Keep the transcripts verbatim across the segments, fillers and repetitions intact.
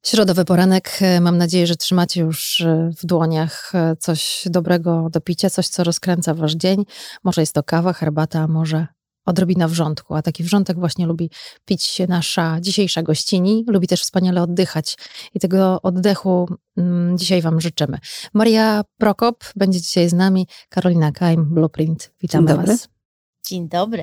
Środowy poranek. Mam nadzieję, że trzymacie już w dłoniach coś dobrego do picia, coś, co rozkręca wasz dzień. Może jest to kawa, herbata, a może odrobina wrzątku. A taki wrzątek właśnie lubi pić nasza dzisiejsza gościni. Lubi też wspaniale oddychać. I tego oddechu mm, dzisiaj wam życzymy. Maria Prokop będzie dzisiaj z nami. Karolina Keim, Blueprint. Witamy Dzień dobry. was. Dzień dobry.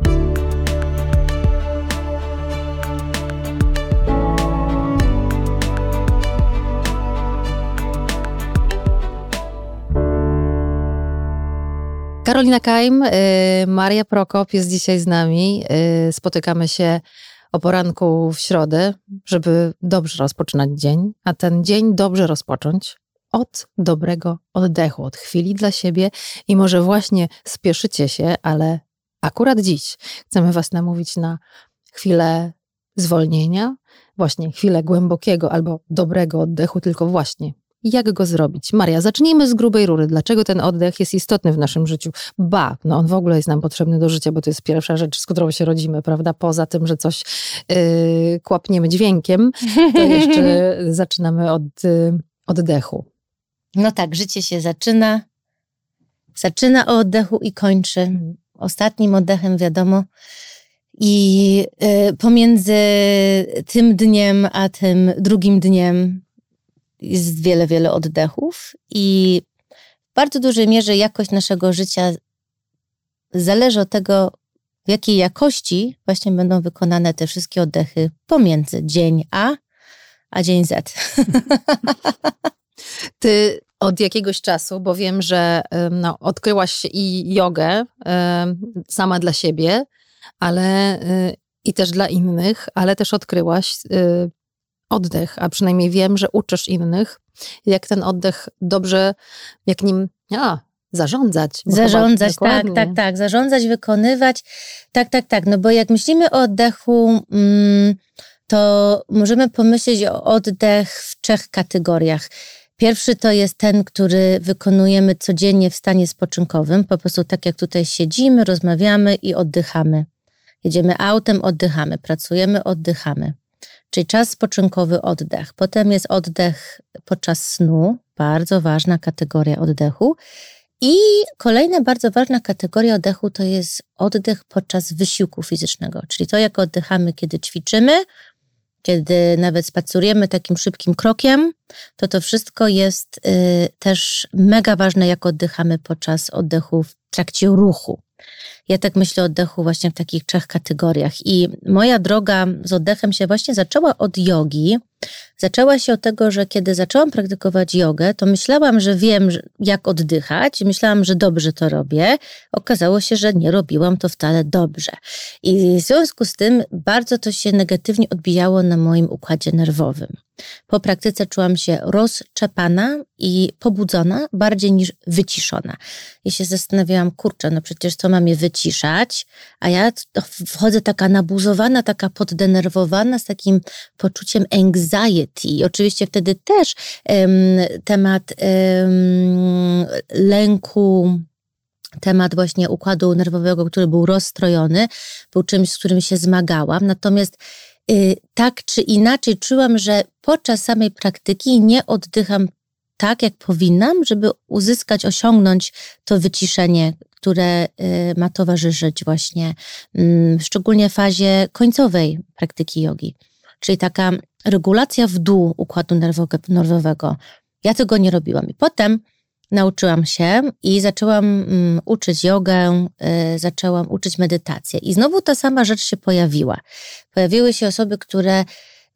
Karolina Keim, y, Maria Prokop jest dzisiaj z nami. Y, spotykamy się o poranku w środę, żeby dobrze rozpoczynać dzień, a ten dzień dobrze rozpocząć od dobrego oddechu, od chwili dla siebie i może właśnie spieszycie się, ale akurat dziś chcemy was namówić na chwilę zwolnienia, właśnie chwilę głębokiego albo dobrego oddechu, tylko właśnie jak go zrobić? Maria, zacznijmy z grubej rury. Dlaczego ten oddech jest istotny w naszym życiu? Ba, no on w ogóle jest nam potrzebny do życia, bo to jest pierwsza rzecz, z którą się rodzimy, prawda? Poza tym, że coś yy, kłapniemy dźwiękiem, to jeszcze zaczynamy od yy, oddechu. No tak, życie się zaczyna. Zaczyna od oddechu i kończy. Ostatnim oddechem, wiadomo. I yy, pomiędzy tym dniem, a tym drugim dniem jest wiele, wiele oddechów i w bardzo dużej mierze jakość naszego życia zależy od tego, w jakiej jakości właśnie będą wykonane te wszystkie oddechy pomiędzy dzień A, a dzień Z. Ty od jakiegoś czasu, bo wiem, że no, odkryłaś i jogę y, sama dla siebie, ale y, i też dla innych, ale też odkryłaś y, oddech, a przynajmniej wiem, że uczysz innych, jak ten oddech dobrze, jak nim a, zarządzać. Zarządzać, tak, tak, tak. Zarządzać, wykonywać. Tak, tak, tak. No bo jak myślimy o oddechu, to możemy pomyśleć o oddech w trzech kategoriach. Pierwszy to jest ten, który wykonujemy codziennie w stanie spoczynkowym. Po prostu tak jak tutaj siedzimy, rozmawiamy i oddychamy. Jedziemy autem, oddychamy. Pracujemy, oddychamy. Czyli czas spoczynkowy, oddech. Potem jest oddech podczas snu, bardzo ważna kategoria oddechu. I kolejna bardzo ważna kategoria oddechu to jest oddech podczas wysiłku fizycznego. Czyli to, jak oddychamy, kiedy ćwiczymy, kiedy nawet spacerujemy takim szybkim krokiem, to to wszystko jest y, też mega ważne, jak oddychamy podczas oddechu w trakcie ruchu. Ja tak myślę o oddechu właśnie w takich trzech kategoriach i moja droga z oddechem się właśnie zaczęła od jogi. Zaczęła się od tego, że kiedy zaczęłam praktykować jogę, to myślałam, że wiem, jak oddychać. Myślałam, że dobrze to robię. Okazało się, że nie robiłam to wcale dobrze. I w związku z tym bardzo to się negatywnie odbijało na moim układzie nerwowym. Po praktyce czułam się rozczepana i pobudzona bardziej niż wyciszona. I się zastanawiałam, kurczę, no przecież to mam je wyciszać, a ja wchodzę taka nabuzowana, taka poddenerwowana z takim poczuciem anxiety. I oczywiście wtedy też um, temat um, lęku, temat właśnie układu nerwowego, który był rozstrojony, był czymś, z którym się zmagałam. Natomiast y, tak czy inaczej czułam, że podczas samej praktyki nie oddycham tak, jak powinnam, żeby uzyskać, osiągnąć to wyciszenie, które y, ma towarzyszyć właśnie y, szczególnie fazie końcowej praktyki jogi. Czyli taka regulacja w dół układu nerwowego. Ja tego nie robiłam. I potem nauczyłam się i zaczęłam um, uczyć jogę, y, zaczęłam uczyć medytację. I znowu ta sama rzecz się pojawiła. Pojawiły się osoby, które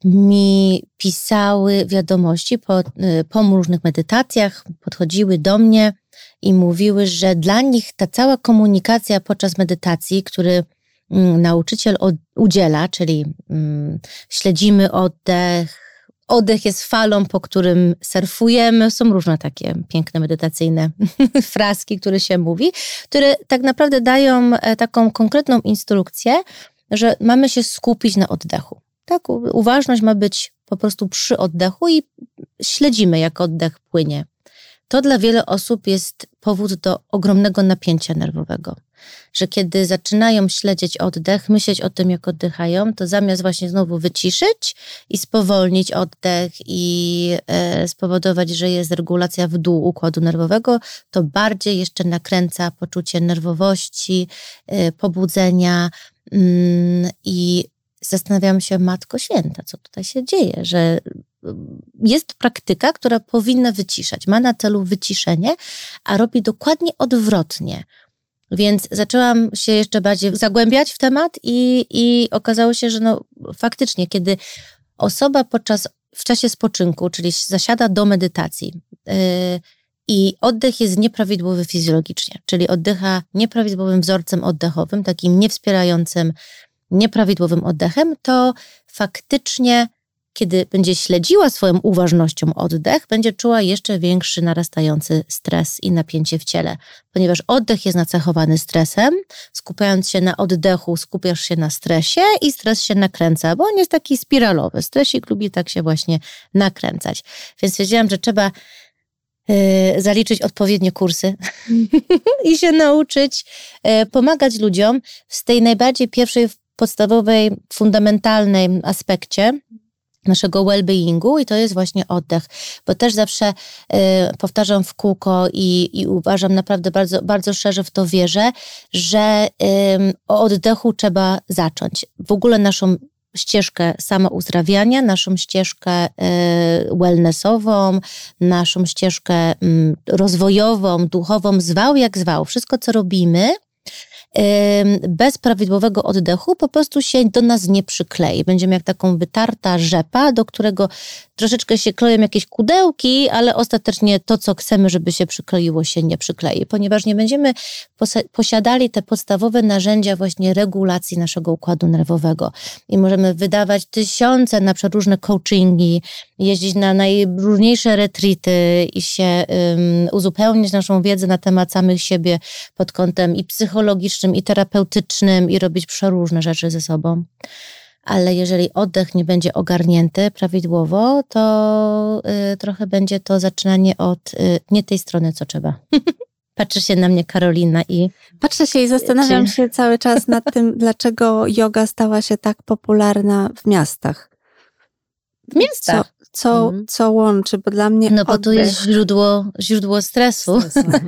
mi pisały wiadomości po, y, po różnych medytacjach, podchodziły do mnie i mówiły, że dla nich ta cała komunikacja podczas medytacji, który nauczyciel od, udziela, czyli mm, śledzimy oddech. Oddech jest falą, po którym surfujemy. Są różne takie piękne medytacyjne fraski, które się mówi, które tak naprawdę dają taką konkretną instrukcję, że mamy się skupić na oddechu. Tak, uważność ma być po prostu przy oddechu i śledzimy, jak oddech płynie. To dla wielu osób jest powód do ogromnego napięcia nerwowego. że kiedy zaczynają śledzić oddech, myśleć o tym, jak oddychają, to zamiast właśnie znowu wyciszyć i spowolnić oddech i e, spowodować, że jest regulacja w dół układu nerwowego, to bardziej jeszcze nakręca poczucie nerwowości, e, pobudzenia mm, i zastanawiam się, Matko Święta, co tutaj się dzieje, że jest praktyka, która powinna wyciszać, ma na celu wyciszenie, a robi dokładnie odwrotnie. Więc zaczęłam się jeszcze bardziej zagłębiać w temat i, i okazało się, że no, faktycznie, kiedy osoba podczas, w czasie spoczynku, czyli zasiada do medytacji yy, i oddech jest nieprawidłowy fizjologicznie, czyli oddycha nieprawidłowym wzorcem oddechowym, takim niewspierającym, nieprawidłowym oddechem, to faktycznie, kiedy będzie śledziła swoją uważnością oddech, będzie czuła jeszcze większy narastający stres i napięcie w ciele, ponieważ oddech jest nacechowany stresem, skupiając się na oddechu, skupiasz się na stresie i stres się nakręca, bo on jest taki spiralowy. Stresik lubi tak się właśnie nakręcać. Więc wiedziałam, że trzeba yy, zaliczyć odpowiednie kursy i się nauczyć yy, pomagać ludziom z tej najbardziej pierwszej, podstawowej, fundamentalnej aspekcie naszego well-beingu i to jest właśnie oddech, bo też zawsze y, powtarzam w kółko i, i uważam naprawdę bardzo, bardzo szczerze w to wierzę, że y, o oddechu trzeba zacząć. W ogóle naszą ścieżkę samouzdrawiania, naszą ścieżkę y, wellnessową, naszą ścieżkę y, rozwojową, duchową, zwał jak zwał. Wszystko, co robimy, bez prawidłowego oddechu po prostu się do nas nie przyklei. Będziemy jak taką wytarta rzepa, do którego troszeczkę się kleją jakieś kudełki, ale ostatecznie to, co chcemy, żeby się przykleiło, się nie przyklei, ponieważ nie będziemy posiadali te podstawowe narzędzia właśnie regulacji naszego układu nerwowego. I możemy wydawać tysiące na przykład różne coachingi, jeździć na najróżniejsze retreaty i się um, uzupełniać naszą wiedzę na temat samych siebie pod kątem i psychologicznym, i terapeutycznym i robić przeróżne rzeczy ze sobą. Ale jeżeli oddech nie będzie ogarnięty prawidłowo, to y, trochę będzie to zaczynanie od y, nie tej strony, co trzeba. Patrzy się na mnie Karolina i... Patrzę się i zastanawiam czy... się cały czas nad tym, dlaczego yoga stała się tak popularna w miastach. W miastach? Co, co, mm. co łączy, bo dla mnie No bo oddech... tu jest źródło, źródło stresu.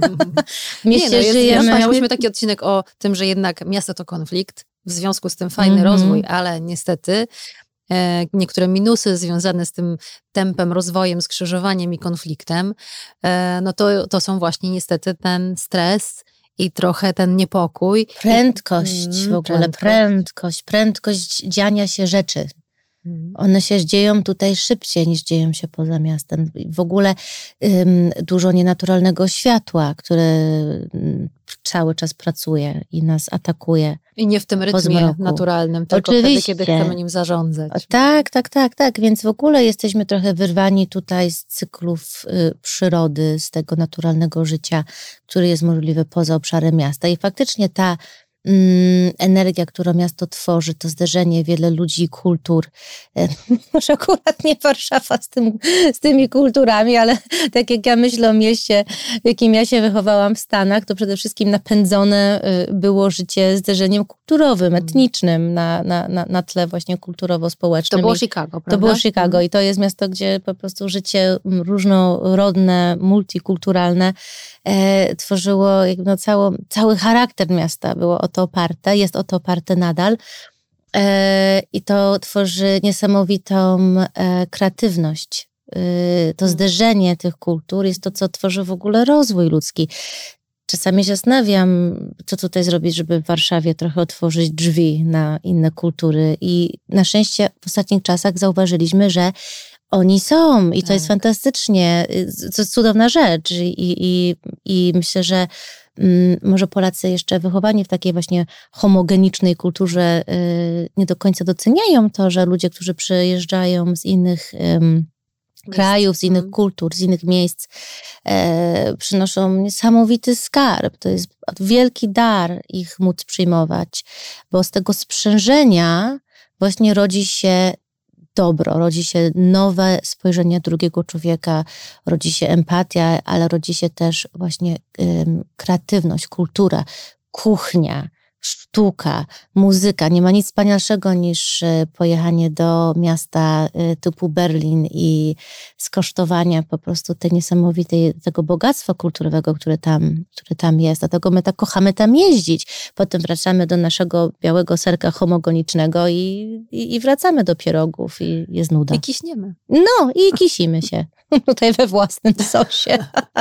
W mieście nie, no jest, żyjemy... Miałyśmy taki odcinek o tym, że jednak miasto to konflikt, w związku z tym fajny mm-hmm. rozwój, ale niestety e, niektóre minusy związane z tym tempem, rozwojem, skrzyżowaniem i konfliktem, e, no to, to są właśnie niestety ten stres i trochę ten niepokój. Prędkość I, w ogóle, prędkość. prędkość, prędkość dziania się rzeczy. One się dzieją tutaj szybciej niż dzieją się poza miastem. W ogóle um, dużo nienaturalnego światła, które um, cały czas pracuje i nas atakuje. I nie w tym rytmie naturalnym, tylko Oczywiście. wtedy, kiedy chcemy nim zarządzać. O, tak, tak, tak, tak. Więc w ogóle jesteśmy trochę wyrwani tutaj z cyklów y, przyrody, z tego naturalnego życia, który jest możliwy poza obszarem miasta. I faktycznie ta energia, którą miasto tworzy, to zderzenie wiele ludzi i kultur. Może akurat nie Warszawa z, tym, z tymi kulturami, ale tak jak ja myślę o mieście, w jakim ja się wychowałam w Stanach, to przede wszystkim napędzone było życie zderzeniem kulturowym, etnicznym na, na, na, na tle właśnie kulturowo-społecznym. To było Chicago, prawda? To było Chicago i to jest miasto, gdzie po prostu życie różnorodne, multikulturalne e, tworzyło jakby no cało, cały charakter miasta było o to oparte, jest o to oparte nadal e, i to tworzy niesamowitą e, kreatywność. E, to zderzenie tych kultur jest to, co tworzy w ogóle rozwój ludzki. Czasami się zastanawiam, co tutaj zrobić, żeby w Warszawie trochę otworzyć drzwi na inne kultury i na szczęście w ostatnich czasach zauważyliśmy, że oni są i to tak. jest fantastycznie, to jest cudowna rzecz i, i, i myślę, że mm, może Polacy jeszcze wychowani w takiej właśnie homogenicznej kulturze y, nie do końca doceniają to, że ludzie, którzy przyjeżdżają z innych y, krajów, z innych kultur, z innych miejsc e, przynoszą niesamowity skarb. To jest wielki dar ich móc przyjmować, bo z tego sprzężenia właśnie rodzi się dobro, rodzi się nowe spojrzenie drugiego człowieka, rodzi się empatia, ale rodzi się też właśnie um, kreatywność, kultura. kuchnia, sztuka, muzyka. Nie ma nic wspanialszego niż pojechanie do miasta typu Berlin i skosztowania po prostu tej niesamowitej, tego bogactwa kulturowego, które tam, które tam jest. Dlatego my tak kochamy tam jeździć. Potem wracamy do naszego białego serka homogenicznego i, i, i wracamy do pierogów i jest nuda. I kiśniemy. No i kisimy się. Tutaj we własnym sosie.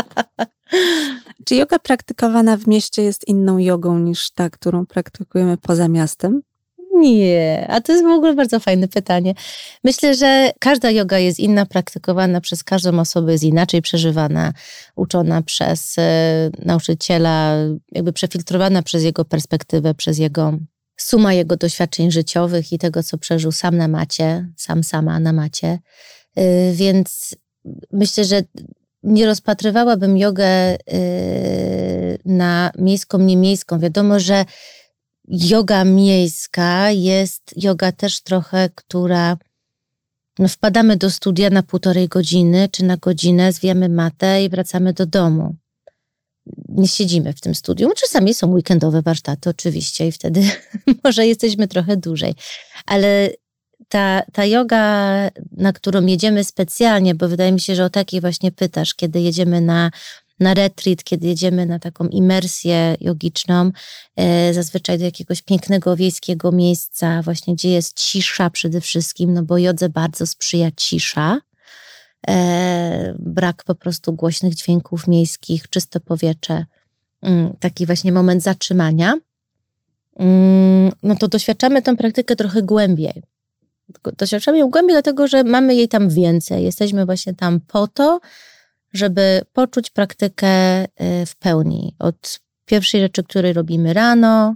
Czy joga praktykowana w mieście jest inną jogą niż ta, którą praktykujemy poza miastem? Nie, a to jest w ogóle bardzo fajne pytanie. Myślę, że każda joga jest inna, praktykowana przez każdą osobę, jest inaczej przeżywana, uczona przez y, nauczyciela, jakby przefiltrowana przez jego perspektywę, przez jego suma jego doświadczeń życiowych i tego, co przeżył sam na macie, sam sama na macie. Y, więc myślę, że nie rozpatrywałabym jogę y, na miejską, niemiejską. Wiadomo, że joga miejska jest joga też trochę, która no wpadamy do studia na półtorej godziny czy na godzinę, zwijamy matę i wracamy do domu. Nie siedzimy w tym studium. Czasami są weekendowe warsztaty oczywiście i wtedy może jesteśmy trochę dłużej. Ale ta, ta joga, na którą jedziemy specjalnie, bo wydaje mi się, że o takiej właśnie pytasz, kiedy jedziemy na na retreat, kiedy jedziemy na taką imersję jogiczną, e, zazwyczaj do jakiegoś pięknego wiejskiego miejsca, właśnie gdzie jest cisza przede wszystkim, no bo jodze bardzo sprzyja cisza, e, brak po prostu głośnych dźwięków miejskich, czyste powietrze, mm, taki właśnie moment zatrzymania, mm, no to doświadczamy tę praktykę trochę głębiej. Doświadczamy ją głębiej, dlatego że mamy jej tam więcej. Jesteśmy właśnie tam po to, żeby poczuć praktykę w pełni. Od pierwszej rzeczy, której robimy rano,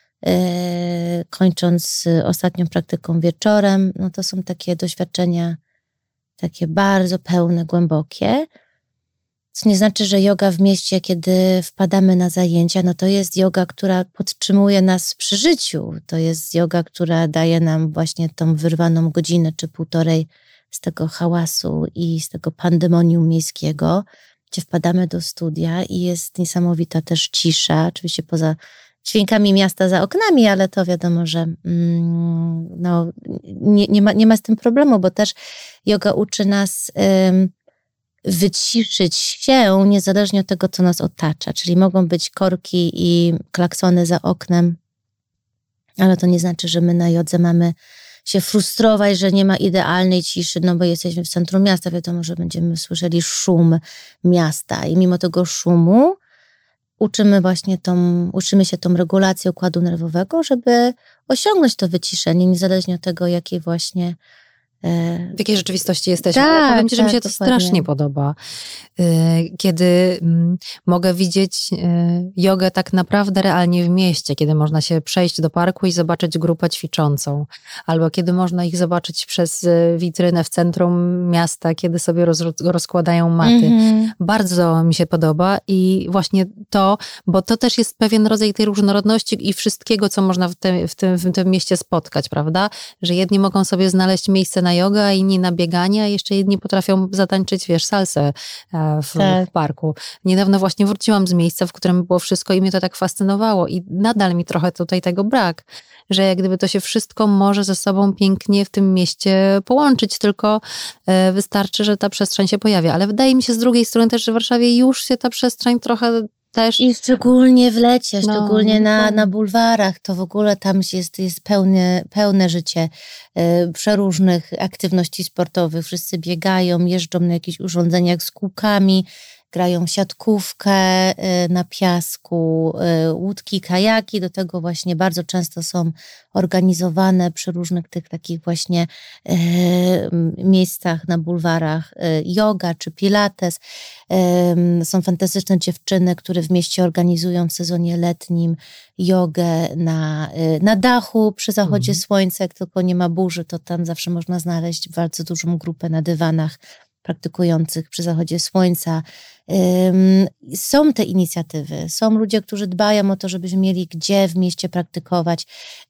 kończąc ostatnią praktyką wieczorem, no to są takie doświadczenia takie bardzo pełne, głębokie. Co nie znaczy, że joga w mieście, kiedy wpadamy na zajęcia, no to jest joga, która podtrzymuje nas przy życiu. To jest joga, która daje nam właśnie tą wyrwaną godzinę czy półtorej z tego hałasu i z tego pandemonium miejskiego, gdzie wpadamy do studia i jest niesamowita też cisza, oczywiście poza dźwiękami miasta za oknami, ale to wiadomo, że mm, no, nie, nie, ma, nie ma z tym problemu, bo też joga uczy nas ym, wyciszyć się niezależnie od tego, co nas otacza, czyli mogą być korki i klaksony za oknem, ale to nie znaczy, że my na jodze mamy się frustrować, że nie ma idealnej ciszy, no bo jesteśmy w centrum miasta, wiadomo, że będziemy słyszeli szum miasta i mimo tego szumu uczymy właśnie tą, uczymy się tą regulację układu nerwowego, żeby osiągnąć to wyciszenie, niezależnie od tego, jakiej właśnie w jakiej rzeczywistości jesteśmy. Tak, powiem ci, że tak, mi się to dokładnie. strasznie podoba. Kiedy mogę widzieć jogę tak naprawdę realnie w mieście, kiedy można się przejść do parku i zobaczyć grupę ćwiczącą, albo kiedy można ich zobaczyć przez witrynę w centrum miasta, kiedy sobie roz, rozkładają maty. Mm-hmm. Bardzo mi się podoba i właśnie to, bo to też jest pewien rodzaj tej różnorodności i wszystkiego, co można w, te, w, tym, w tym mieście spotkać, prawda? Że jedni mogą sobie znaleźć miejsce na jogę, a inni na bieganie, a jeszcze jedni potrafią zatańczyć, wiesz, salsę w, tak. w parku. Niedawno właśnie wróciłam z miejsca, w którym było wszystko i mnie to tak fascynowało i nadal mi trochę tutaj tego brak, że jak gdyby to się wszystko może ze sobą pięknie w tym mieście połączyć, tylko wystarczy, że ta przestrzeń się pojawia. Ale wydaje mi się z drugiej strony też, że w Warszawie już się ta przestrzeń trochę też... I szczególnie w lecie, szczególnie no, na, na bulwarach, to w ogóle tam jest, jest pełne, pełne życie y, przeróżnych aktywności sportowych. Wszyscy biegają, jeżdżą na jakichś urządzeniach z kółkami, grają siatkówkę na piasku, łódki, kajaki. Do tego właśnie bardzo często są organizowane przy różnych tych takich właśnie miejscach na bulwarach yoga czy pilates. Są fantastyczne dziewczyny, które w mieście organizują w sezonie letnim jogę na, na dachu przy zachodzie mhm. słońca. Jak tylko nie ma burzy, to tam zawsze można znaleźć bardzo dużą grupę na dywanach praktykujących przy zachodzie słońca. Są te inicjatywy, są ludzie, którzy dbają o to, żebyśmy mieli gdzie w mieście praktykować.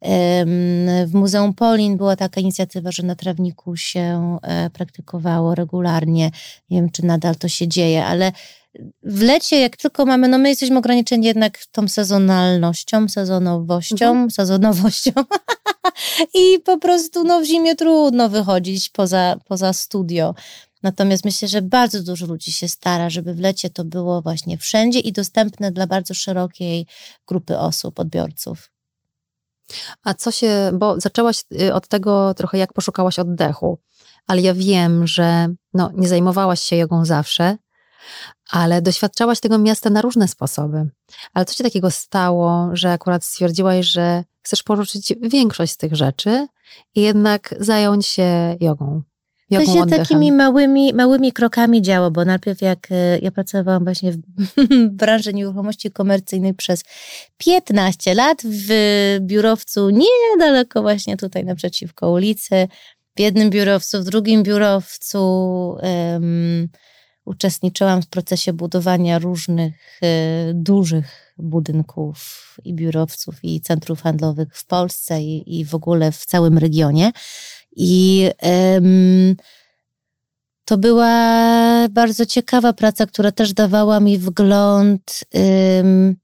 W Muzeum Polin była taka inicjatywa, że na trawniku się praktykowało regularnie. Nie wiem, czy nadal to się dzieje, ale w lecie, jak tylko mamy, no my jesteśmy ograniczeni jednak tą sezonalnością, sezonowością, mhm. sezonowością i po prostu no w zimie trudno wychodzić poza, poza studio. Natomiast myślę, że bardzo dużo ludzi się stara, żeby w lecie to było właśnie wszędzie i dostępne dla bardzo szerokiej grupy osób, odbiorców. A co się, bo zaczęłaś od tego trochę, jak poszukałaś oddechu, ale ja wiem, że no, nie zajmowałaś się jogą zawsze, ale doświadczałaś tego miasta na różne sposoby. Ale co się takiego stało, że akurat stwierdziłaś, że chcesz poruszyć większość z tych rzeczy i jednak zająć się jogą? To się oddechem. Takimi małymi, małymi krokami działo, bo najpierw jak ja pracowałam właśnie w branży nieruchomości komercyjnej przez piętnaście lat w biurowcu niedaleko właśnie tutaj naprzeciwko ulicy, w jednym biurowcu, w drugim biurowcu um, uczestniczyłam w procesie budowania różnych y, dużych budynków i biurowców i centrów handlowych w Polsce i, i w ogóle w całym regionie. I um, to była bardzo ciekawa praca, która też dawała mi wgląd um,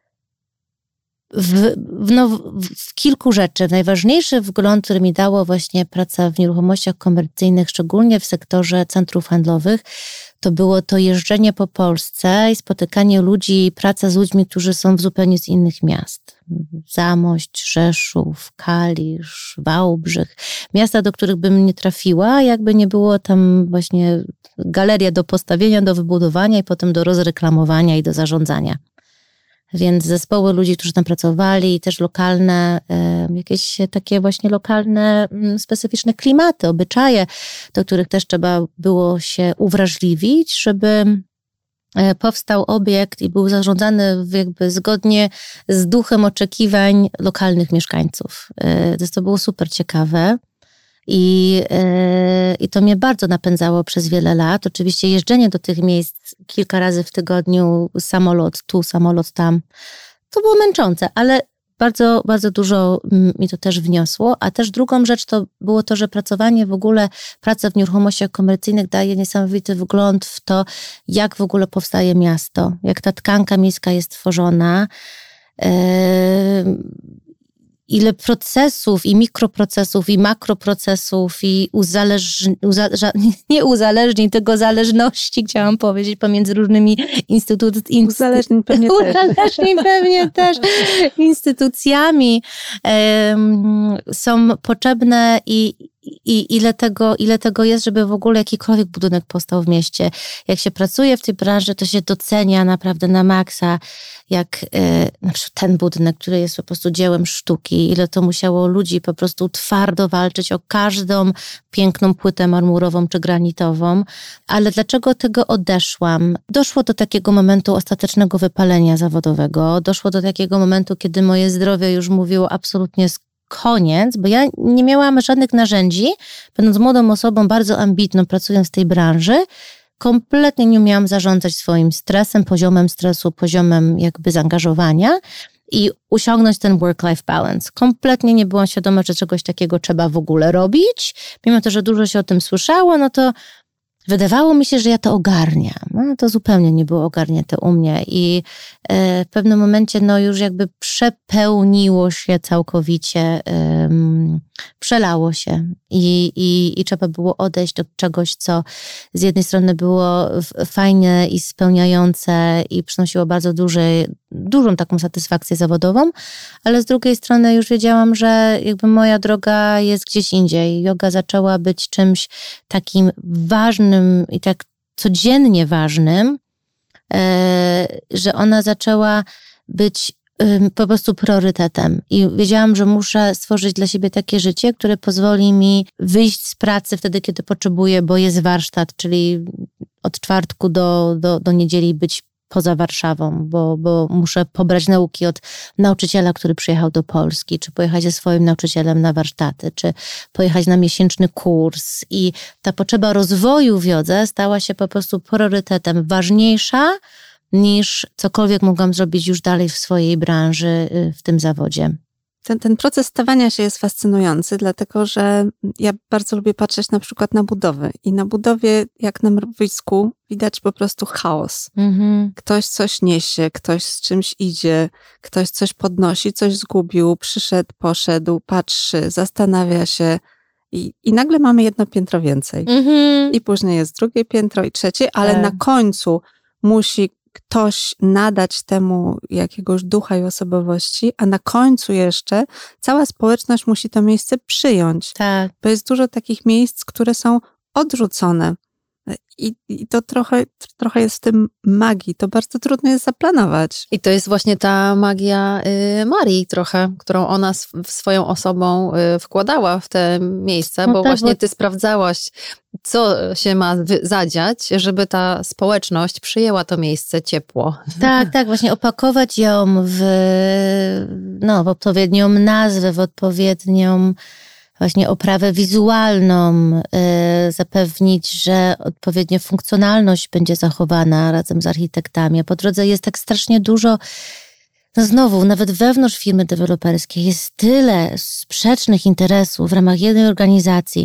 w, w, no, w kilku rzeczy. Najważniejszy wgląd, który mi dało właśnie praca w nieruchomościach komercyjnych, szczególnie w sektorze centrów handlowych, to było to jeżdżenie po Polsce i spotykanie ludzi, praca z ludźmi, którzy są w zupełnie z innych miast. Zamość, Rzeszów, Kalisz, Wałbrzych. Miasta, do których bym nie trafiła, jakby nie było tam właśnie galeria do postawienia, do wybudowania i potem do rozreklamowania i do zarządzania. Więc zespoły ludzi, którzy tam pracowali i też lokalne, jakieś takie właśnie lokalne, specyficzne klimaty, obyczaje, do których też trzeba było się uwrażliwić, żeby powstał obiekt i był zarządzany jakby zgodnie z duchem oczekiwań lokalnych mieszkańców. To było super ciekawe. I, yy, I to mnie bardzo napędzało przez wiele lat. Oczywiście jeżdżenie do tych miejsc kilka razy w tygodniu, samolot tu, samolot tam, to było męczące, ale bardzo, bardzo dużo mi to też wniosło. A też drugą rzecz to było to, że pracowanie w ogóle, praca w nieruchomościach komercyjnych daje niesamowity wgląd w to, jak w ogóle powstaje miasto, jak ta tkanka miejska jest tworzona. Yy, ile procesów i mikroprocesów i makroprocesów i uzależni, uza, nie uzależnień, tylko zależności, chciałam powiedzieć, pomiędzy różnymi instytucjami. Uzależnień pewnie też. Uzależnień pewnie też. Instytucjami um, są potrzebne i, i ile tego, ile tego jest, żeby w ogóle jakikolwiek budynek powstał w mieście. Jak się pracuje w tej branży, to się docenia naprawdę na maksa, jak e, na przykład ten budynek, który jest po prostu dziełem sztuki, ile to musiało ludzi po prostu twardo walczyć o każdą piękną płytę marmurową czy granitową. Ale dlaczego tego odeszłam? Doszło do takiego momentu ostatecznego wypalenia zawodowego. Doszło do takiego momentu, kiedy moje zdrowie już mówiło absolutnie koniec, bo ja nie miałam żadnych narzędzi, będąc młodą osobą, bardzo ambitną, pracując w tej branży, kompletnie nie umiałam zarządzać swoim stresem, poziomem stresu, poziomem jakby zaangażowania i osiągnąć ten work-life balance. Kompletnie nie byłam świadoma, że czegoś takiego trzeba w ogóle robić. Mimo to, że dużo się o tym słyszało, no to wydawało mi się, że ja to ogarniam. No, to zupełnie nie było ogarnięte u mnie i e, w pewnym momencie no już jakby przepełniło się całkowicie, e, przelało się i, i, i trzeba było odejść od czegoś, co z jednej strony było fajne i spełniające i przynosiło bardzo duży, dużą taką satysfakcję zawodową, ale z drugiej strony już wiedziałam, że jakby moja droga jest gdzieś indziej. Joga zaczęła być czymś takim ważnym i tak codziennie ważnym, że ona zaczęła być po prostu priorytetem. I wiedziałam, że muszę stworzyć dla siebie takie życie, które pozwoli mi wyjść z pracy wtedy, kiedy potrzebuję, bo jest warsztat, czyli od czwartku do, do, do niedzieli być poza Warszawą, bo, bo muszę pobrać nauki od nauczyciela, który przyjechał do Polski, czy pojechać ze swoim nauczycielem na warsztaty, czy pojechać na miesięczny kurs. I ta potrzeba rozwoju w jodze stała się po prostu priorytetem, ważniejsza niż cokolwiek mogłam zrobić już dalej w swojej branży, w tym zawodzie. ten, ten proces stawania się jest fascynujący, dlatego że ja bardzo lubię patrzeć na przykład na budowy. I na budowie, jak na mrowisku, widać po prostu chaos. Mhm. Ktoś coś niesie, ktoś z czymś idzie, ktoś coś podnosi, coś zgubił, przyszedł, poszedł, patrzy, zastanawia się. I, i nagle mamy jedno piętro więcej. Mhm. I później jest drugie piętro i trzecie, ale tak. na końcu musi ktoś nadać temu jakiegoś ducha i osobowości, a na końcu jeszcze cała społeczność musi to miejsce przyjąć. Tak. Bo jest dużo takich miejsc, które są odrzucone. I, i to trochę, trochę jest w tym magii. To bardzo trudno jest zaplanować. I to jest właśnie ta magia y, Marii trochę, którą ona sw- swoją osobą y, wkładała w te miejsca, no bo tak, właśnie bo... ty sprawdzałaś, co się ma wy- zadziać, żeby ta społeczność przyjęła to miejsce ciepło. Tak, tak, właśnie opakować ją w, no, w odpowiednią nazwę, w odpowiednią właśnie oprawę wizualną, y, zapewnić, że odpowiednia funkcjonalność będzie zachowana razem z architektami. A po drodze jest tak strasznie dużo, no znowu, nawet wewnątrz firmy deweloperskiej jest tyle sprzecznych interesów w ramach jednej organizacji.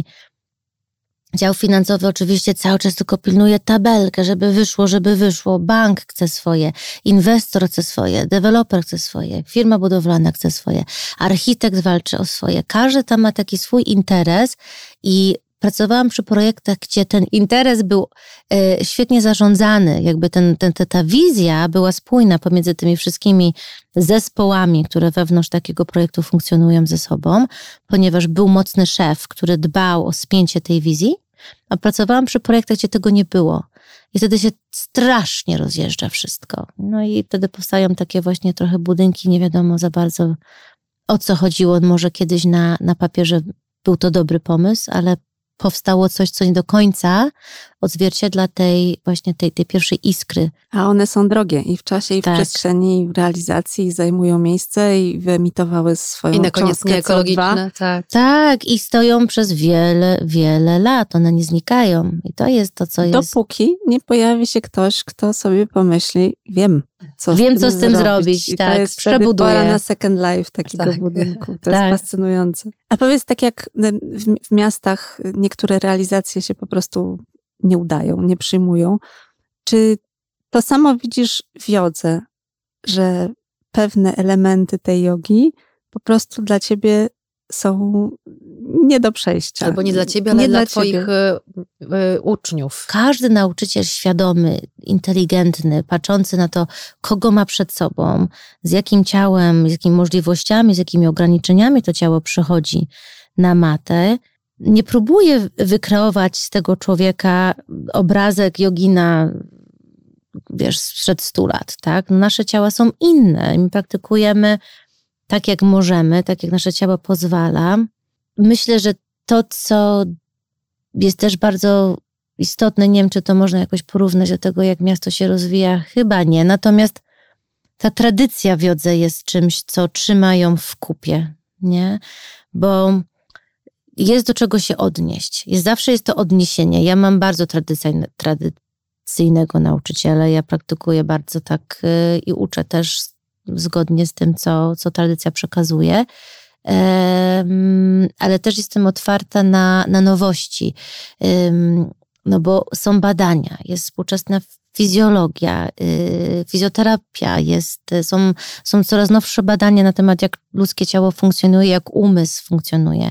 Dział finansowy oczywiście cały czas tylko pilnuje tabelkę, żeby wyszło, żeby wyszło. Bank chce swoje, inwestor chce swoje, deweloper chce swoje, firma budowlana chce swoje, architekt walczy o swoje. Każdy tam ma taki swój interes i pracowałam przy projektach, gdzie ten interes był e, świetnie zarządzany. Jakby ten, ten, ta wizja była spójna pomiędzy tymi wszystkimi zespołami, które wewnątrz takiego projektu funkcjonują ze sobą, ponieważ był mocny szef, który dbał o spięcie tej wizji, a pracowałam przy projektach, gdzie tego nie było. I wtedy się strasznie rozjeżdża wszystko. No i wtedy powstają takie właśnie trochę budynki, nie wiadomo za bardzo o co chodziło. Może kiedyś na, na papierze był to dobry pomysł, ale powstało coś, co nie do końca odzwierciedla tej właśnie tej, tej pierwszej iskry. A one są drogie i w czasie, i w tak. przestrzeni, i w realizacji, i zajmują miejsce, i wyemitowały swoją I na koniec nieekologiczne. Tak. tak, i stoją przez wiele, wiele lat. One nie znikają. I to jest to, co jest... Dopóki nie pojawi się ktoś, kto sobie pomyśli, wiem, co wiem, z tym co z tym zrobić. zrobić. I tak, to jest przebuduję. pora na second life takiego tak. budynku. To tak. jest fascynujące. A powiedz, tak jak w, w miastach niektóre realizacje się po prostu nie udają, nie przyjmują. Czy to samo widzisz w jodze, że pewne elementy tej jogi po prostu dla ciebie są nie do przejścia? Albo nie dla ciebie, ale nie dla, dla twoich ciebie. Y, y, uczniów. Każdy nauczyciel świadomy, inteligentny, patrzący na to, kogo ma przed sobą, z jakim ciałem, z jakimi możliwościami, z jakimi ograniczeniami to ciało przychodzi na matę, nie próbuje wykreować z tego człowieka obrazek jogina, wiesz, sprzed stu lat, tak? Nasze ciała są inne. My praktykujemy tak, jak możemy, tak, jak nasze ciało pozwala. Myślę, że to, co jest też bardzo istotne, nie wiem, czy to można jakoś porównać do tego, jak miasto się rozwija, chyba nie. Natomiast ta tradycja w jodze jest czymś, co trzyma ją w kupie, nie? Bo jest do czego się odnieść. Jest, zawsze jest to odniesienie. Ja mam bardzo tradycyjne, tradycyjnego nauczyciela. Ja praktykuję bardzo tak yy, i uczę też zgodnie z tym, co, co tradycja przekazuje. Yy, ale też jestem otwarta na, na nowości. Yy, no bo są badania, jest współczesna fizjologia, yy, fizjoterapia, jest, są, są coraz nowsze badania na temat, jak ludzkie ciało funkcjonuje, jak umysł funkcjonuje.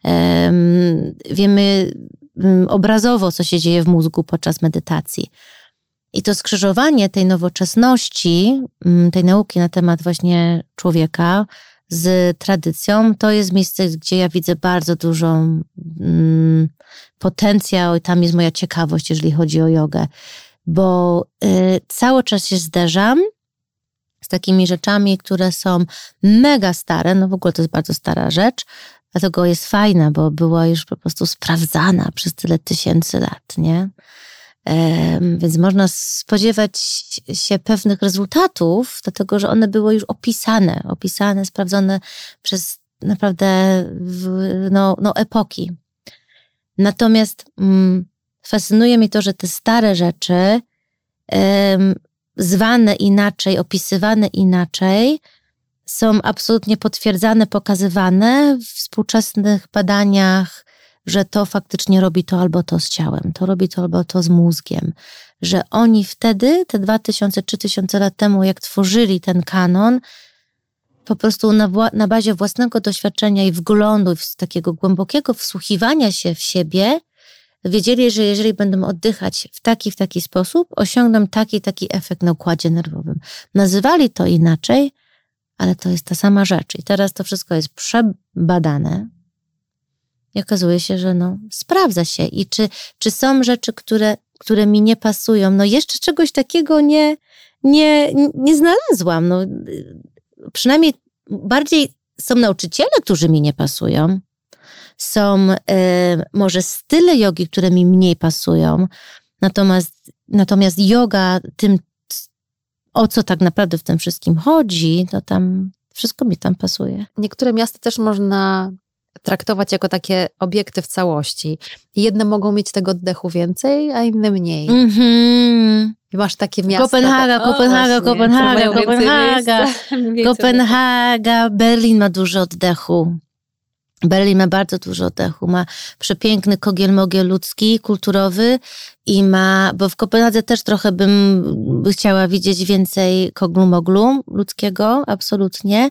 Yy, wiemy yy, obrazowo, co się dzieje w mózgu podczas medytacji. I to skrzyżowanie tej nowoczesności, yy, tej nauki na temat właśnie człowieka z tradycją, to jest miejsce, gdzie ja widzę bardzo dużą yy, potencjał i tam jest moja ciekawość, jeżeli chodzi o jogę. Bo y, cały czas się zderzam z takimi rzeczami, które są mega stare, no w ogóle to jest bardzo stara rzecz, dlatego jest fajna, bo była już po prostu sprawdzana przez tyle tysięcy lat, nie? Ym, więc można spodziewać się pewnych rezultatów, dlatego że one były już opisane, opisane, sprawdzone przez naprawdę no, no epoki. Natomiast mm, fascynuje mnie to, że te stare rzeczy, um, zwane inaczej, opisywane inaczej, są absolutnie potwierdzane, pokazywane w współczesnych badaniach, że to faktycznie robi to albo to z ciałem, to robi to albo to z mózgiem. Że oni wtedy, te dwa tysiące, trzy tysiące lat temu, jak tworzyli ten kanon, po prostu na, wła- na bazie własnego doświadczenia i wglądu, z takiego głębokiego wsłuchiwania się w siebie, wiedzieli, że jeżeli będą oddychać w taki, w taki sposób, osiągną taki, taki efekt na układzie nerwowym. Nazywali to inaczej, ale to jest ta sama rzecz. I teraz to wszystko jest przebadane i okazuje się, że no, sprawdza się. I czy, czy są rzeczy, które, które mi nie pasują? No jeszcze czegoś takiego nie, nie, nie znalazłam. No, przynajmniej bardziej są nauczyciele, którzy mi nie pasują. Są y, może style jogi, które mi mniej pasują. Natomiast, natomiast yoga, tym, o co tak naprawdę w tym wszystkim chodzi, to tam wszystko mi tam pasuje. Niektóre miasta też można traktować jako takie obiekty w całości. Jedne mogą mieć tego oddechu więcej, a inne mniej. Mm-hmm. I masz takie miasta... Kopenhaga, tak, Kopenhaga, o, właśnie, Kopenhaga, Kopenhaga. Kopenhaga, Berlin ma dużo oddechu. Berlin ma bardzo dużo oddechu, ma przepiękny kogiel-mogiel ludzki, kulturowy i ma, bo w Kopenhadze też trochę bym chciała widzieć więcej koglu-moglu ludzkiego, absolutnie.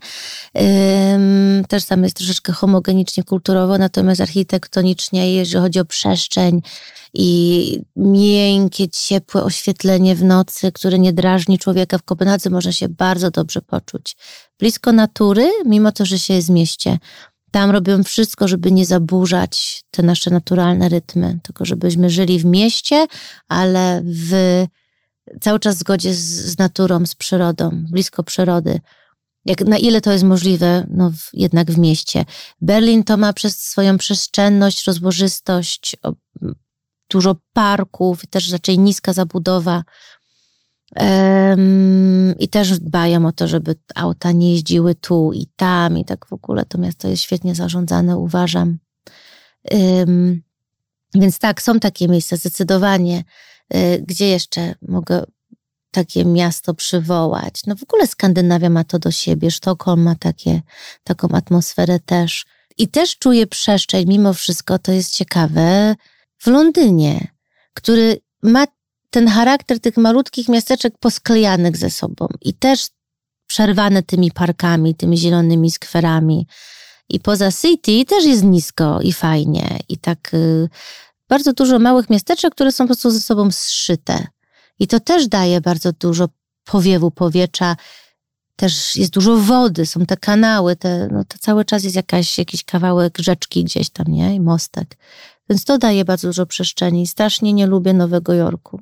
Ym, też tam jest troszeczkę homogenicznie kulturowo, natomiast architektonicznie, jeżeli chodzi o przestrzeń i miękkie, ciepłe oświetlenie w nocy, które nie drażni człowieka, w Kopenhadze można się bardzo dobrze poczuć. Blisko natury, mimo to, że się jest w mieście. Tam robią wszystko, żeby nie zaburzać te nasze naturalne rytmy, tylko żebyśmy żyli w mieście, ale w cały czas w zgodzie z, z naturą, z przyrodą, blisko przyrody. Jak, na ile to jest możliwe, no w, jednak w mieście. Berlin to ma przez swoją przestrzenność, rozłożystość, o, dużo parków, też raczej niska zabudowa. Um, I też dbają o to, żeby auta nie jeździły tu i tam i tak w ogóle to miasto jest świetnie zarządzane, uważam. Um, więc tak, są takie miejsca zdecydowanie. Y, gdzie jeszcze mogę takie miasto przywołać? No w ogóle Skandynawia ma to do siebie, Sztokholm ma takie, taką atmosferę też. I też czuję przestrzeń, mimo wszystko to jest ciekawe, w Londynie, który ma ten charakter tych malutkich miasteczek posklejanych ze sobą i też przerwane tymi parkami, tymi zielonymi skwerami. I poza city też jest nisko i fajnie. I tak y, bardzo dużo małych miasteczek, które są po prostu ze sobą zszyte. I to też daje bardzo dużo powiewu powietrza. Też jest dużo wody, są te kanały, te, no to cały czas jest jakaś, jakiś kawałek rzeczki gdzieś tam, nie? I mostek. Więc to daje bardzo dużo przestrzeni. Strasznie nie lubię Nowego Jorku.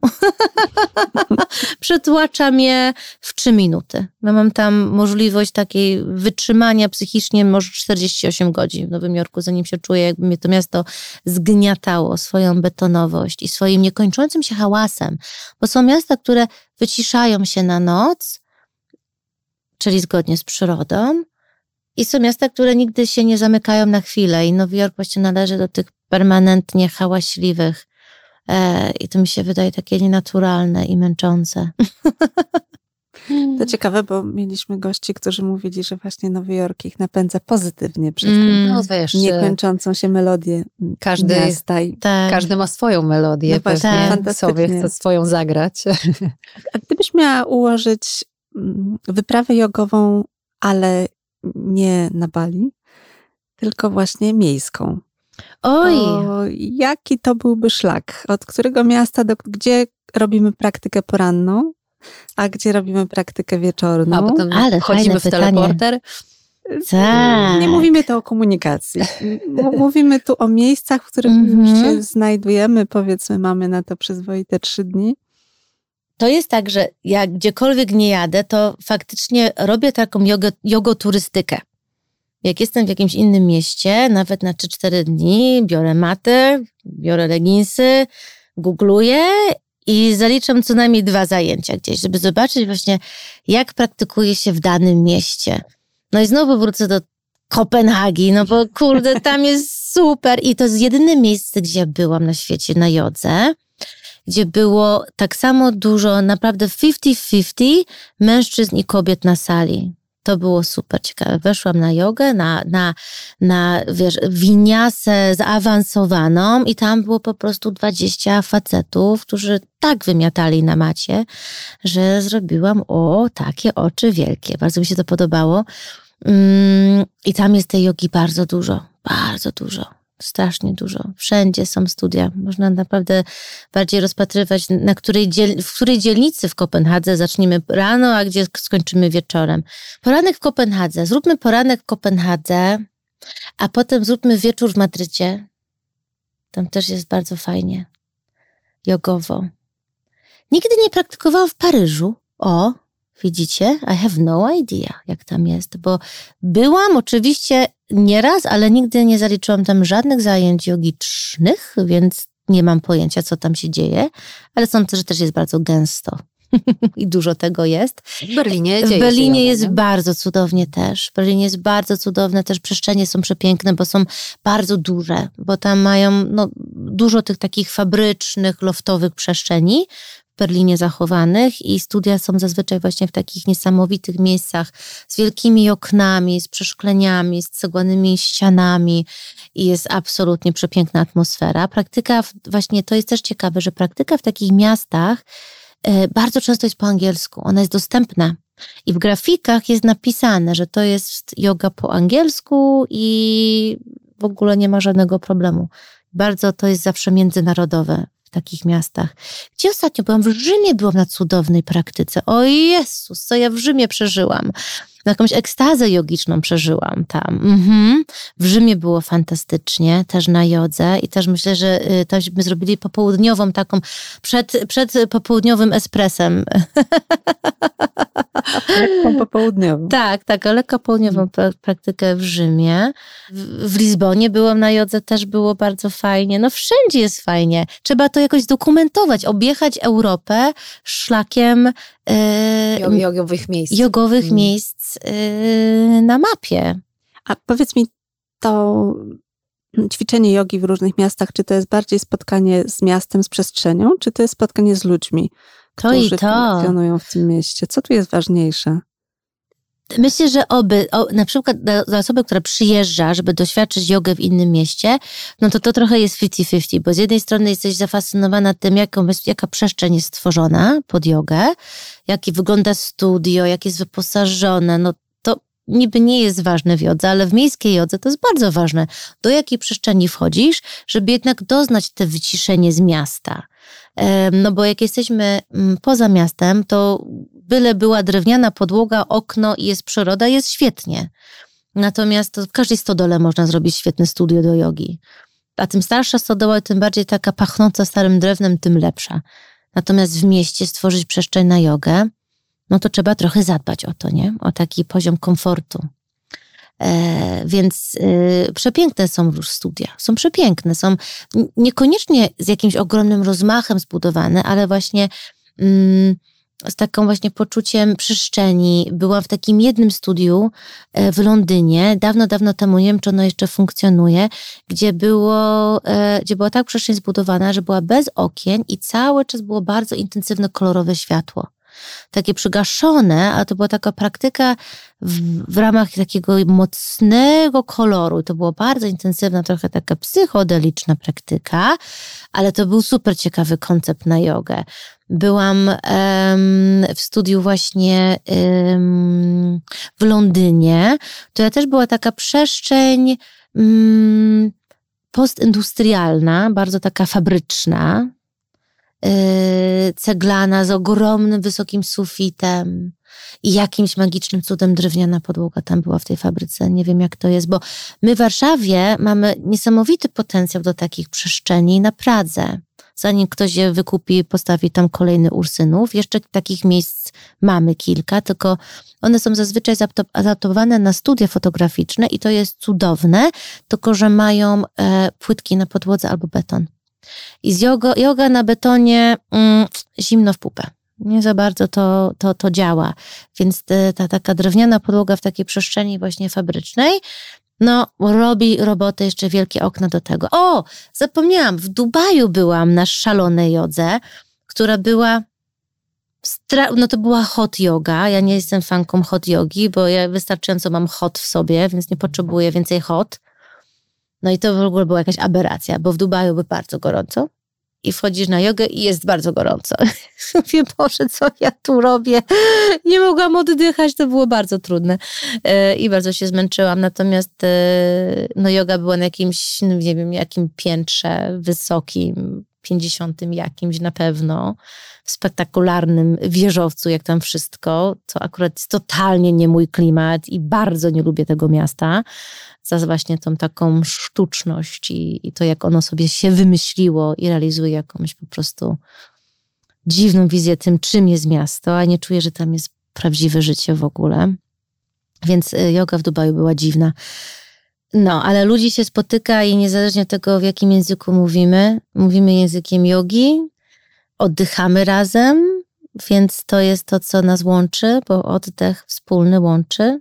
Przetłacza mnie w trzy minuty. Ja mam tam możliwość takiej wytrzymania psychicznie może czterdzieści osiem godzin w Nowym Jorku, zanim się czuję, jakby mnie to miasto zgniatało swoją betonowość i swoim niekończącym się hałasem. Bo są miasta, które wyciszają się na noc, czyli zgodnie z przyrodą. I są miasta, które nigdy się nie zamykają na chwilę. I Nowy Jork właśnie należy do tych permanentnie hałaśliwych. E, I to mi się wydaje takie nienaturalne i męczące. To ciekawe, bo mieliśmy gości, którzy mówili, że właśnie Nowy Jork ich napędza pozytywnie przez mm, no, wiesz, niekończącą się melodię każdy, miasta. I tak. Każdy ma swoją melodię, no pewnie tak. sobie chce swoją zagrać. A gdybyś miała ułożyć wyprawę jogową, ale nie na Bali, tylko właśnie miejską. Oj! To jaki to byłby szlak? Od którego miasta, do, gdzie robimy praktykę poranną, a gdzie robimy praktykę wieczorną? A potem ale chodzimy w pytanie. teleporter. Tak. Nie mówimy tu o komunikacji. Mówimy tu o miejscach, w których mm-hmm. się znajdujemy. Powiedzmy, mamy na to przyzwoite trzy dni. To jest tak, że jak gdziekolwiek nie jadę, to faktycznie robię taką jogę, jogoturystykę. Jak jestem w jakimś innym mieście, nawet na trzy cztery dni, biorę matę, biorę leginsy, googluję i zaliczam co najmniej dwa zajęcia gdzieś, żeby zobaczyć właśnie, jak praktykuje się w danym mieście. No i znowu wrócę do Kopenhagi, no bo kurde, tam jest super. I to jest jedyne miejsce, gdzie byłam na świecie na jodze, gdzie było tak samo dużo, naprawdę pięćdziesiąt pięćdziesiąt mężczyzn i kobiet na sali. To było super ciekawe. Weszłam na jogę, na, na, na wiesz, winiasę zaawansowaną i tam było po prostu dwadzieścia facetów, którzy tak wymiatali na macie, że zrobiłam o, takie oczy wielkie. Bardzo mi się to podobało. I tam jest tej jogi bardzo dużo, bardzo dużo. Strasznie dużo. Wszędzie są studia. Można naprawdę bardziej rozpatrywać, na której dziel- w której dzielnicy w Kopenhadze zaczniemy rano, a gdzie skończymy wieczorem. Poranek w Kopenhadze. Zróbmy poranek w Kopenhadze, a potem zróbmy wieczór w Madrycie. Tam też jest bardzo fajnie. Jogowo. Nigdy nie praktykowałam w Paryżu. O, widzicie? I have no idea, jak tam jest, bo byłam oczywiście nieraz, ale nigdy nie zaliczyłam tam żadnych zajęć jogicznych, więc nie mam pojęcia, co tam się dzieje, ale sądzę, że też jest bardzo gęsto i dużo tego jest. W Berlinie W dzieje Berlinie się jest joga, bardzo cudownie też. W Berlinie jest bardzo cudowne, też przestrzenie są przepiękne, bo są bardzo duże, bo tam mają no, dużo tych takich fabrycznych, loftowych przestrzeni, w Berlinie zachowanych i studia są zazwyczaj właśnie w takich niesamowitych miejscach z wielkimi oknami, z przeszkleniami, z cegłanymi ścianami i jest absolutnie przepiękna atmosfera. Praktyka, w, właśnie to jest też ciekawe, że praktyka w takich miastach e, bardzo często jest po angielsku. Ona jest dostępna i w grafikach jest napisane, że to jest joga po angielsku i w ogóle nie ma żadnego problemu. Bardzo to jest zawsze międzynarodowe. W takich miastach. Gdzie ostatnio byłam? W Rzymie byłam na cudownej praktyce. O Jezus, co ja w Rzymie przeżyłam. Jakąś ekstazę jogiczną przeżyłam tam. Mhm. W Rzymie było fantastycznie, też na jodze i też myślę, że tamśmy zrobili popołudniową taką, przed, przed popołudniowym espresem. Lekką popołudniową. Tak, tak, lekko południową pra- praktykę w Rzymie. W, w Lizbonie byłam na jodze, też było bardzo fajnie. No wszędzie jest fajnie. Trzeba to jakoś dokumentować, objechać Europę szlakiem Jog- jogowych miejsc. jogowych hmm. miejsc yy, na mapie. A powiedz mi, to ćwiczenie jogi w różnych miastach, czy to jest bardziej spotkanie z miastem, z przestrzenią, czy to jest spotkanie z ludźmi, to którzy i to. funkcjonują w tym mieście? Co tu jest ważniejsze? Myślę, że oby, o, na przykład dla, dla osoby, która przyjeżdża, żeby doświadczyć jogę w innym mieście, no to to trochę jest pięćdziesiąt na pięćdziesiąt, bo z jednej strony jesteś zafascynowana tym, jaką, jaka przestrzeń jest stworzona pod jogę, jak wygląda studio, jak jest wyposażone, no to niby nie jest ważne w jodze, ale w miejskiej jodze to jest bardzo ważne, do jakiej przestrzeni wchodzisz, żeby jednak doznać te wyciszenie z miasta. No bo jak jesteśmy poza miastem, to byle była drewniana podłoga, okno i jest przyroda, jest świetnie. Natomiast to w każdej stodole można zrobić świetne studio do jogi. A tym starsza stodoła, tym bardziej taka pachnąca starym drewnem, tym lepsza. Natomiast w mieście stworzyć przestrzeń na jogę, no to trzeba trochę zadbać o to, nie? O taki poziom komfortu. E, więc e, przepiękne są już studia. Są przepiękne. Są niekoniecznie z jakimś ogromnym rozmachem zbudowane, ale właśnie mm, z taką właśnie poczuciem przestrzeni. Byłam w takim jednym studiu e, w Londynie, dawno, dawno temu, nie wiem, czy ono jeszcze funkcjonuje, gdzie było, e, gdzie była tak przestrzeń zbudowana, że była bez okien i cały czas było bardzo intensywne, kolorowe światło. Takie przygaszone, a to była taka praktyka w, w ramach takiego mocnego koloru. To była bardzo intensywna, trochę taka psychodeliczna praktyka, ale to był super ciekawy koncept na jogę. Byłam um, w studiu właśnie um, w Londynie, która też była taka przestrzeń um, postindustrialna, bardzo taka fabryczna, ceglana z ogromnym, wysokim sufitem i jakimś magicznym cudem drewniana podłoga tam była w tej fabryce. Nie wiem, jak to jest, bo my w Warszawie mamy niesamowity potencjał do takich przestrzeni na Pradze. Zanim ktoś je wykupi, postawi tam kolejny Ursynów. Jeszcze takich miejsc mamy kilka, tylko one są zazwyczaj zaadaptowane na studia fotograficzne i to jest cudowne, tylko że mają e, płytki na podłodze albo beton. I z yoga, yoga na betonie mm, zimno w pupę. Nie za bardzo to, to, to działa. Więc te, ta taka drewniana podłoga w takiej przestrzeni właśnie fabrycznej, no robi robotę, jeszcze wielkie okna do tego. O, zapomniałam, w Dubaju byłam na szalonej jodze, która była Stra- no to była hot yoga. Ja nie jestem fanką hot jogi, bo ja wystarczająco mam hot w sobie, więc nie potrzebuję więcej hot. No i to w ogóle była jakaś aberracja, bo w Dubaju było bardzo gorąco i wchodzisz na jogę i jest bardzo gorąco. Mówię, Boże, co ja tu robię? Nie mogłam oddychać, to było bardzo trudne i bardzo się zmęczyłam. Natomiast no joga była na jakimś, nie wiem, jakim piętrze wysokim, pięćdziesiątym jakimś na pewno, w spektakularnym wieżowcu, jak tam wszystko, co akurat jest totalnie nie mój klimat i bardzo nie lubię tego miasta za właśnie tą taką sztuczność i, i to, jak ono sobie się wymyśliło i realizuje jakąś po prostu dziwną wizję tym, czym jest miasto, a nie czuję, że tam jest prawdziwe życie w ogóle. Więc joga w Dubaju była dziwna. No, ale ludzi się spotyka i niezależnie od tego, w jakim języku mówimy, mówimy językiem jogi, oddychamy razem, więc to jest to, co nas łączy, bo oddech wspólny łączy.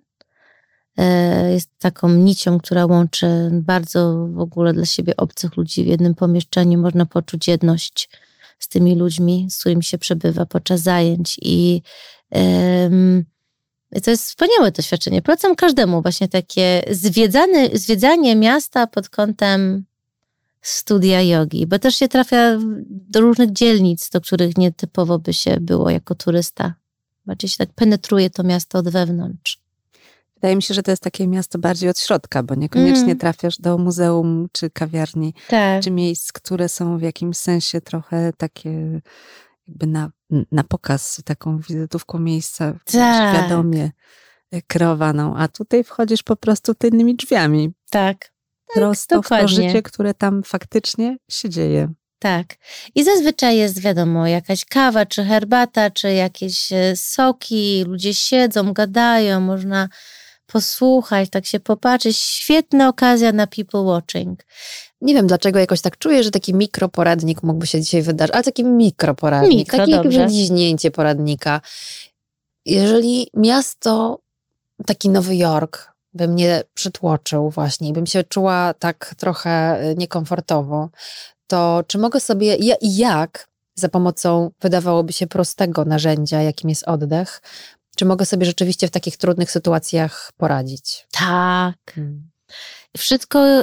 Jest taką nicią, która łączy bardzo w ogóle dla siebie obcych ludzi w jednym pomieszczeniu. Można poczuć jedność z tymi ludźmi, z którymi się przebywa podczas zajęć i um, to jest wspaniałe doświadczenie. Polecam każdemu właśnie takie zwiedzane, zwiedzanie miasta pod kątem studia jogi, bo też się trafia do różnych dzielnic, do których nietypowo by się było jako turysta. Bardziej się tak penetruje to miasto od wewnątrz. Wydaje mi się, że to jest takie miasto bardziej od środka, bo niekoniecznie mm. trafiasz do muzeum, czy kawiarni, tak. czy miejsc, które są w jakimś sensie trochę takie jakby na, na pokaz, taką wizytówką miejsca tak. świadomie kreowaną. A tutaj wchodzisz po prostu tylnymi drzwiami. Tak. Prosto tak, w to życie, które tam faktycznie się dzieje. Tak. I zazwyczaj jest, wiadomo, jakaś kawa, czy herbata, czy jakieś soki. Ludzie siedzą, gadają, można posłuchać, tak się popatrzeć. Świetna okazja na people watching. Nie wiem, dlaczego jakoś tak czuję, że taki mikroporadnik mógłby się dzisiaj wydarzyć, ale taki mikroporadnik, Mikro, takie dobrze. Wyciśnięcie poradnika. Jeżeli miasto, taki Nowy Jork, by mnie przytłoczył właśnie i bym się czuła tak trochę niekomfortowo, to czy mogę sobie, ja, jak za pomocą wydawałoby się prostego narzędzia, jakim jest oddech, czy mogę sobie rzeczywiście w takich trudnych sytuacjach poradzić? Tak. Hmm. Wszystko y,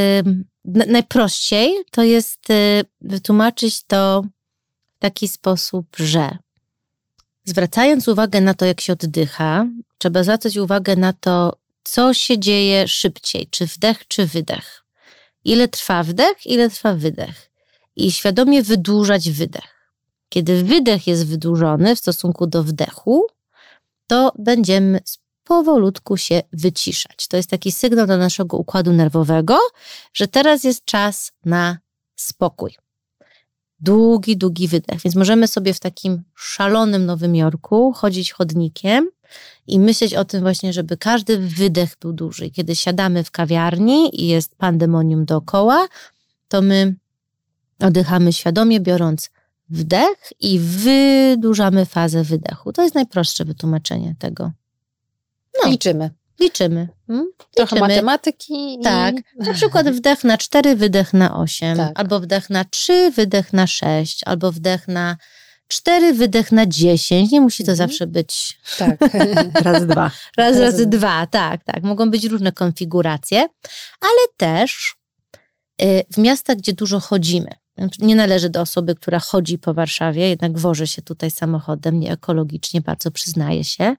najprościej to jest y, wytłumaczyć to w taki sposób, że zwracając uwagę na to, jak się oddycha, trzeba zwracać uwagę na to, co się dzieje szybciej, czy wdech, czy wydech. Ile trwa wdech, ile trwa wydech. I świadomie wydłużać wydech. Kiedy wydech jest wydłużony w stosunku do wdechu, to będziemy powolutku się wyciszać. To jest taki sygnał do naszego układu nerwowego, że teraz jest czas na spokój. Długi, długi wydech. Więc możemy sobie w takim szalonym Nowym Jorku chodzić chodnikiem i myśleć o tym właśnie, żeby każdy wydech był duży. Kiedy siadamy w kawiarni i jest pandemonium dookoła, to my oddychamy świadomie, biorąc wdech i wydłużamy fazę wydechu. To jest najprostsze wytłumaczenie tego. No. Liczymy. Liczymy. Hmm? Trochę Liczymy. matematyki. Tak. I... Na przykład wdech na cztery, wydech na osiem. Tak. Albo wdech na trzy, wydech na sześć. Albo wdech na cztery, wydech na dziesięć. Nie musi to mhm. zawsze być... Tak. Raz, dwa. Raz, razy dwa. Tak, tak. Mogą być różne konfiguracje. Ale też y, w miastach, gdzie dużo chodzimy. Nie należy do osoby, która chodzi po Warszawie, jednak woży się tutaj samochodem, nieekologicznie, bardzo przyznaje się.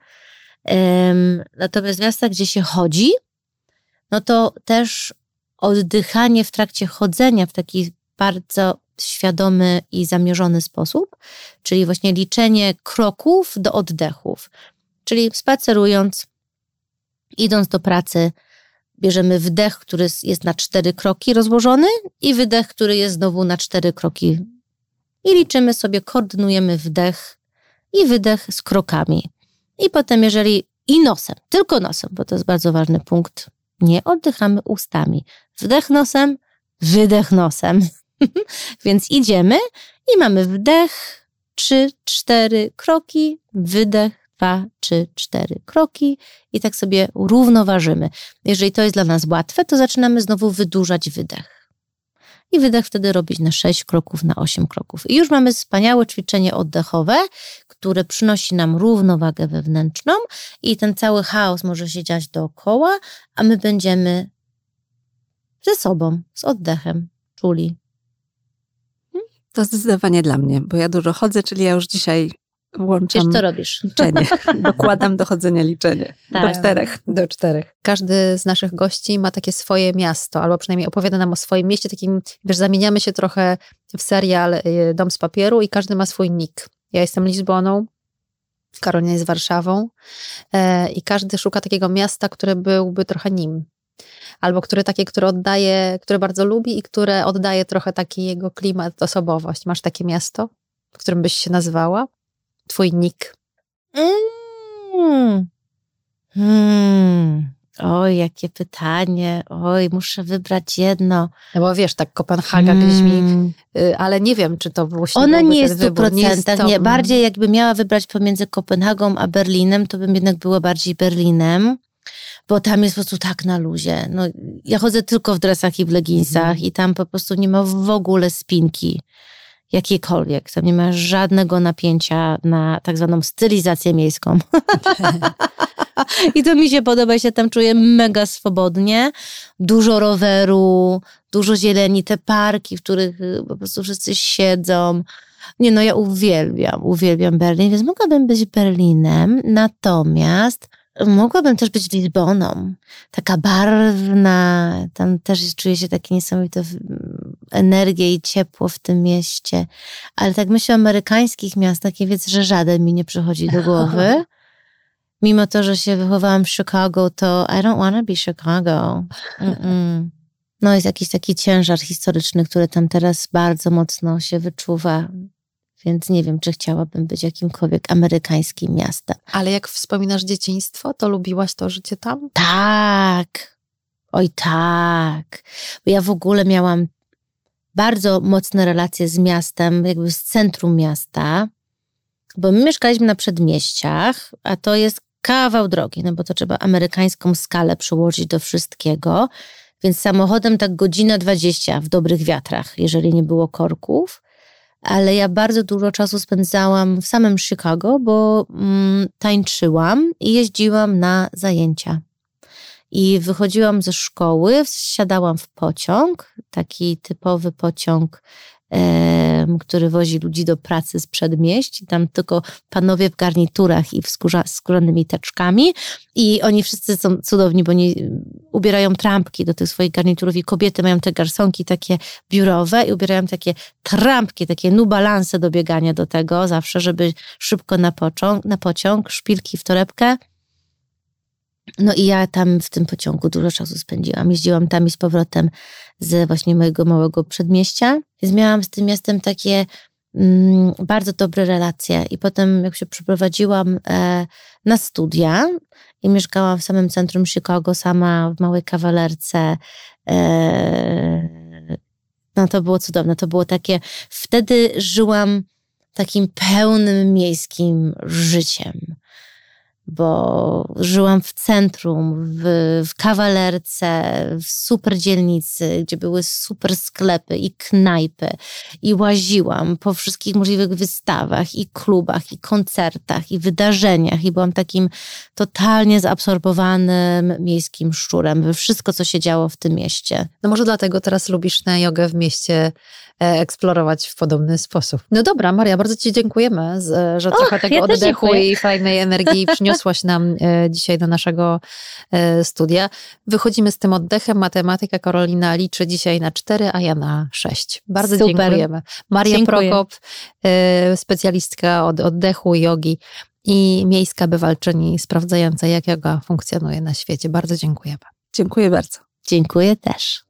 Um, natomiast w miastach, gdzie się chodzi, no to też oddychanie w trakcie chodzenia w taki bardzo świadomy i zamierzony sposób, czyli właśnie liczenie kroków do oddechów. Czyli spacerując, idąc do pracy, bierzemy wdech, który jest na cztery kroki rozłożony i wydech, który jest znowu na cztery kroki. I liczymy sobie, koordynujemy wdech i wydech z krokami. I potem jeżeli i nosem, tylko nosem, bo to jest bardzo ważny punkt, nie oddychamy ustami. Wdech nosem, wydech nosem. Więc idziemy i mamy wdech, trzy, cztery kroki, wydech, dwa, trzy, cztery kroki i tak sobie równoważymy. Jeżeli to jest dla nas łatwe, to zaczynamy znowu wydłużać wydech. I wydech wtedy robić na sześć kroków, na osiem kroków. I już mamy wspaniałe ćwiczenie oddechowe, które przynosi nam równowagę wewnętrzną i ten cały chaos może się dziać dookoła, a my będziemy ze sobą, z oddechem czuli. To zdecydowanie dla mnie, bo ja dużo chodzę, czyli ja już dzisiaj włączam Wiesz, co robisz? Liczenie. Dokładam do chodzenia liczenie. Tak. Do czterech. Do czterech. Każdy z naszych gości ma takie swoje miasto, albo przynajmniej opowiada nam o swoim mieście. Takim, wiesz, zamieniamy się trochę w serial Dom z papieru i każdy ma swój nick. Ja jestem Lizboną, Karolina jest Warszawą e, i każdy szuka takiego miasta, które byłby trochę nim. Albo które takie, które oddaje, które bardzo lubi i które oddaje trochę taki jego klimat, osobowość. Masz takie miasto, w którym byś się nazwała? Twój nick. Mm. Hmm. Oj, jakie pytanie. Oj, muszę wybrać jedno. No bo wiesz, tak Kopenhaga mm. gdzieś mi, ale nie wiem, czy to właśnie Ona nie jest w stu procentach. Nie, bardziej jakby miała wybrać pomiędzy Kopenhagą a Berlinem, to bym jednak była bardziej Berlinem, bo tam jest po prostu tak na luzie. No, ja chodzę tylko w dresach i w leginsach mm. i tam po prostu nie ma w ogóle spinki. Jakiejkolwiek. Tam nie ma żadnego napięcia na tak zwaną stylizację miejską. I to mi się podoba, ja się tam czuję mega swobodnie. Dużo roweru, dużo zieleni, te parki, w których po prostu wszyscy siedzą. Nie no, ja uwielbiam, uwielbiam Berlin, więc mogłabym być Berlinem, natomiast mogłabym też być Lizboną. Taka barwna, tam też czuję się takie niesamowite energię i ciepło w tym mieście. Ale tak myślę o amerykańskich miastach i wiedzę, że żaden mi nie przychodzi do głowy. Mimo to, że się wychowałam w Chicago, to I don't wanna be Chicago. Mm-mm. No jest jakiś taki ciężar historyczny, który tam teraz bardzo mocno się wyczuwa. Więc nie wiem, czy chciałabym być jakimkolwiek amerykańskim miastem. Ale jak wspominasz dzieciństwo, to lubiłaś to życie tam? Tak. Oj tak. Bo ja w ogóle miałam bardzo mocne relacje z miastem, jakby z centrum miasta. Bo my mieszkaliśmy na przedmieściach, a to jest kawał drogi, no bo to trzeba amerykańską skalę przyłożyć do wszystkiego. Więc samochodem tak godzina dwadzieścia w dobrych wiatrach, jeżeli nie było korków. Ale ja bardzo dużo czasu spędzałam w samym Chicago, bo mm, tańczyłam i jeździłam na zajęcia. I wychodziłam ze szkoły, wsiadałam w pociąg, taki typowy pociąg, e, który wozi ludzi do pracy z przedmieść. Tam tylko panowie w garniturach i w skórza, skórzanymi teczkami. I oni wszyscy są cudowni, bo oni ubierają trampki do tych swoich garniturów i kobiety mają te garsonki takie biurowe i ubierają takie trampki, takie New Balance do biegania do tego zawsze, żeby szybko na pociąg, na pociąg, szpilki w torebkę. No i ja tam w tym pociągu dużo czasu spędziłam. Jeździłam tam i z powrotem z właśnie mojego małego przedmieścia. Więc miałam z tym miastem takie mm, bardzo dobre relacje. I potem jak się przeprowadziłam e, na studia i mieszkałam w samym centrum Chicago sama w małej kawalerce, e, no to było cudowne. To było takie, wtedy żyłam takim pełnym miejskim życiem. Bo żyłam w centrum, w, w kawalerce, w super dzielnicy, gdzie były super sklepy i knajpy i łaziłam po wszystkich możliwych wystawach i klubach i koncertach i wydarzeniach i byłam takim totalnie zaabsorbowanym miejskim szczurem we wszystko, co się działo w tym mieście. No może dlatego teraz lubisz na jogę w mieście eksplorować w podobny sposób. No dobra, Maria, bardzo Ci dziękujemy, że trochę Och, tego ja oddechu i fajnej energii przyniosłaś nam dzisiaj do naszego studia. Wychodzimy z tym oddechem. Matematyka Karolina liczy dzisiaj na cztery, a ja na sześć. Bardzo Super. dziękujemy. Maria Dziękuję. Prokop, specjalistka od oddechu, jogi i miejska bywalczyni sprawdzająca, jak joga funkcjonuje na świecie. Bardzo dziękujemy. Dziękuję bardzo. Dziękuję też.